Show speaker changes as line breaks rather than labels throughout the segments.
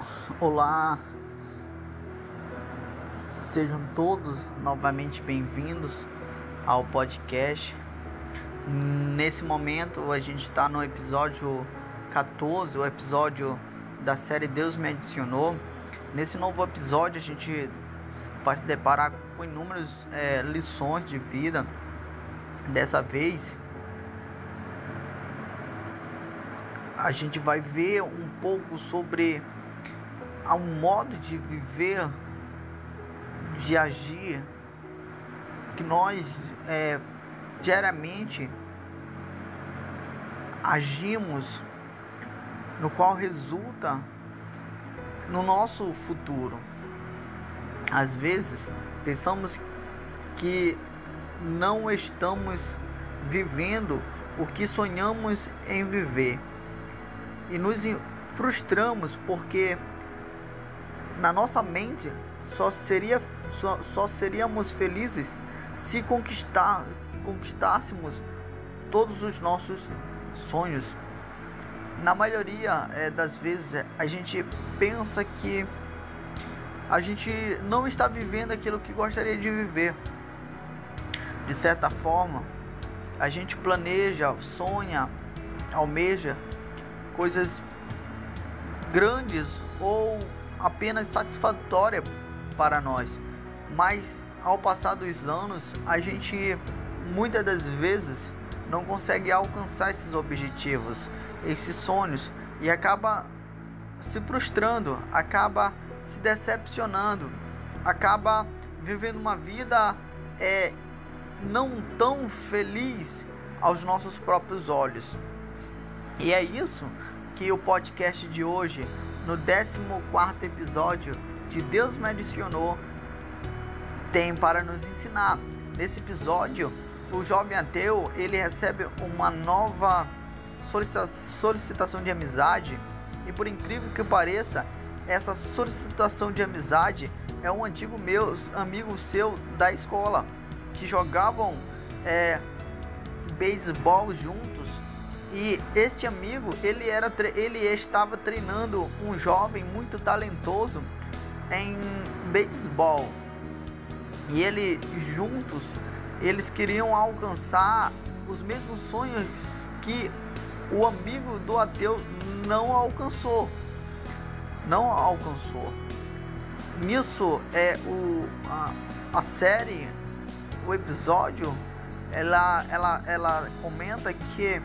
Olá, sejam todos novamente bem-vindos ao podcast. Nesse momento a gente está no episódio 14, o episódio da série Deus me adicionou. Nesse novo episódio a gente vai se deparar com inúmeras lições de vida. Dessa vez a gente vai ver um pouco sobre um modo de viver, de agir, que nós diariamente agimos, no qual resulta no nosso futuro. Às vezes pensamos que não estamos vivendo o que sonhamos em viver e nos frustramos porque na nossa mente só seríamos felizes se conquistássemos todos os nossos sonhos. Na maioria das vezes a gente pensa que a gente não está vivendo aquilo que gostaria de viver. De certa forma, a gente planeja, sonha, almeja coisas grandes ou apenas satisfatória para nós, mas ao passar dos anos a gente muitas das vezes não consegue alcançar esses objetivos, esses sonhos, e acaba se frustrando, acaba se decepcionando, acaba vivendo uma vida não tão feliz aos nossos próprios olhos. E é isso que o podcast de hoje, no 14º episódio de Deus me adicionou, tem para nos ensinar. Nesse episódio, o jovem ateu ele recebe uma nova solicitação de amizade, e por incrível que pareça, essa solicitação de amizade é um amigo seu da escola, que jogavam beisebol juntos. E este amigo, ele estava treinando um jovem muito talentoso em beisebol. E eles queriam alcançar os mesmos sonhos que o amigo do ateu não alcançou. Nisso a série, o episódio, ela comenta que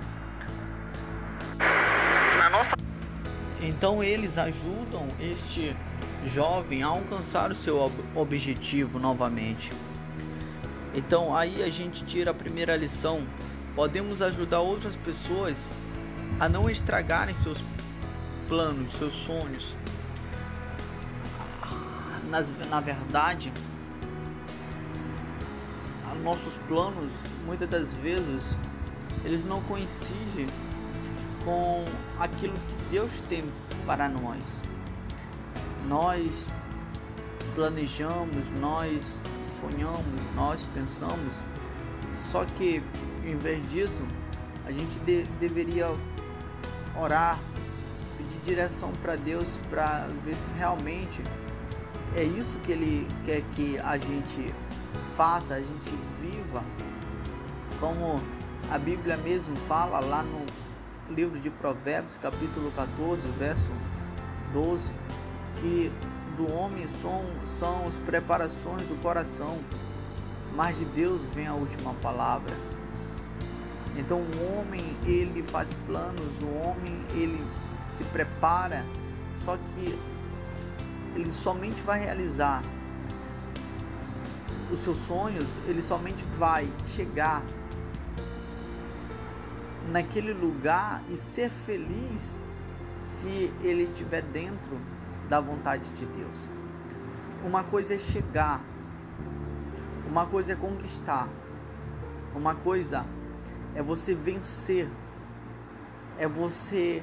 então eles ajudam este jovem a alcançar o seu objetivo novamente. Então aí a gente tira a primeira lição: podemos ajudar outras pessoas a não estragarem seus planos, seus sonhos. Na verdade, nossos planos muitas das vezes eles não coincidem com aquilo que Deus tem para nós. Nós planejamos, nós sonhamos, nós pensamos, só que em vez disso a gente deveria orar, pedir direção para Deus, para ver se realmente é isso que Ele quer que a gente faça, a gente viva, como a Bíblia mesmo fala lá no livro de Provérbios, capítulo 14, verso 12, que do homem são as preparações do coração, mas de Deus vem a última palavra. Então o homem ele faz planos, o homem ele se prepara, só que ele somente vai realizar os seus sonhos, ele somente vai chegar naquele lugar e ser feliz se ele estiver dentro da vontade de Deus. Uma coisa é chegar, uma coisa é conquistar, uma coisa é você vencer, é você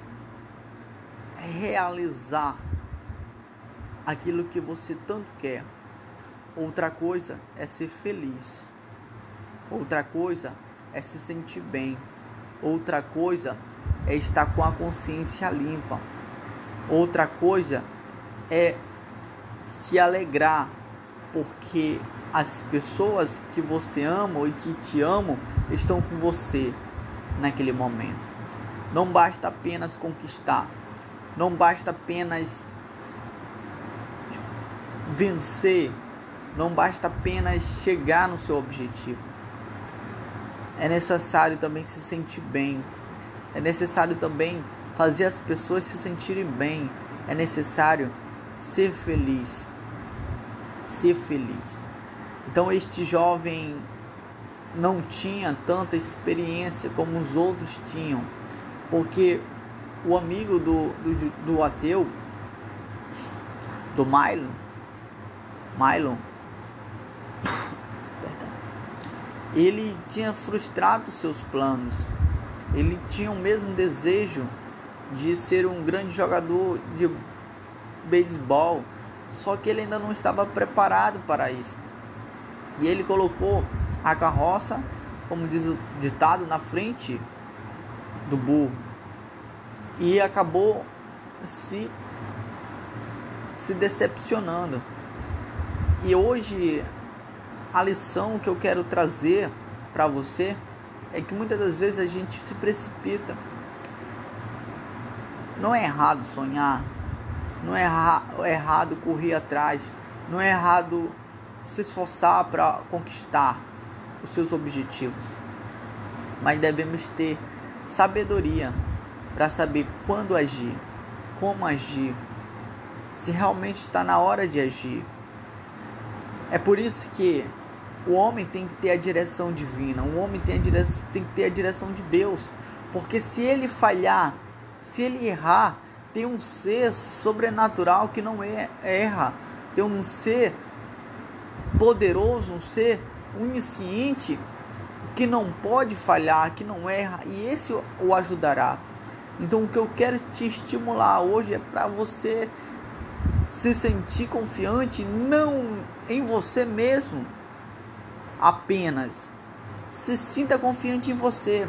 realizar aquilo que você tanto quer. Outra coisa é ser feliz, outra coisa é se sentir bem, outra coisa é estar com a consciência limpa, outra coisa é se alegrar, porque as pessoas que você ama e que te amam estão com você naquele momento. Não basta apenas conquistar, não basta apenas vencer, não basta apenas chegar no seu objetivo. É necessário também se sentir bem, é necessário também fazer as pessoas se sentirem bem, é necessário ser feliz. Ser feliz. Então este jovem não tinha tanta experiência como os outros tinham, porque o amigo do ateu, do Milo, ele tinha frustrado seus planos. Ele tinha o mesmo desejo de ser um grande jogador de beisebol, só que ele ainda não estava preparado para isso. E ele colocou a carroça, como diz o ditado, na frente do burro, e acabou se decepcionando. E hoje a lição que eu quero trazer para você é que muitas das vezes a gente se precipita. Não é errado sonhar, não é errado correr atrás, não é errado se esforçar para conquistar os seus objetivos, mas devemos ter sabedoria para saber quando agir, como agir, se realmente está na hora de agir. É por isso que o homem tem que ter a direção divina, o homem tem que ter a direção de Deus, porque se ele falhar, se ele errar, tem um ser sobrenatural que não erra, tem um ser poderoso, um ser onisciente que não pode falhar, que não erra, e esse o ajudará. Então o que eu quero te estimular hoje é para você se sentir confiante, não em você mesmo apenas, se sinta confiante em você,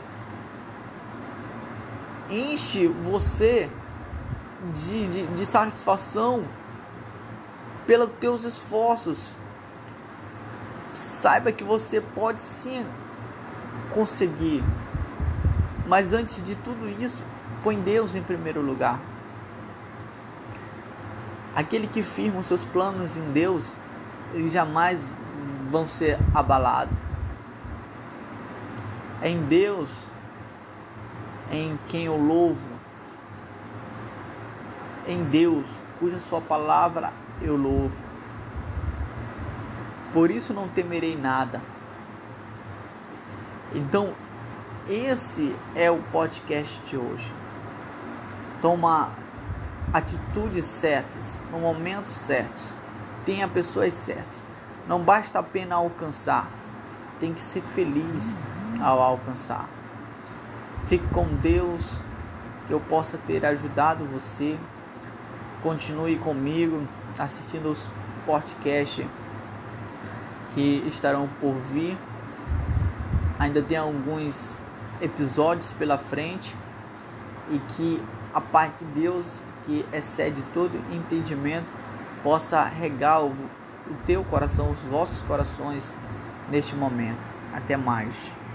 enche você de satisfação pelos teus esforços. Saiba que você pode sim conseguir, mas antes de tudo isso, põe Deus em primeiro lugar. Aquele que firma os seus planos em Deus, eles jamais vão ser abalados. É em Deus em quem eu louvo, em Deus cuja sua palavra eu louvo. Por isso não temerei nada. Então, esse é o podcast de hoje. Toma atitudes certas, no momentos certos. Tenha pessoas certas. Não basta apenas alcançar, tem que ser feliz ao alcançar. Fique com Deus, que eu possa ter ajudado você. Continue comigo assistindo os podcasts que estarão por vir. Ainda tem alguns episódios pela frente, e que a paz de Deus, que excede todo entendimento, possa regar o teu coração, os vossos corações neste momento. Até mais.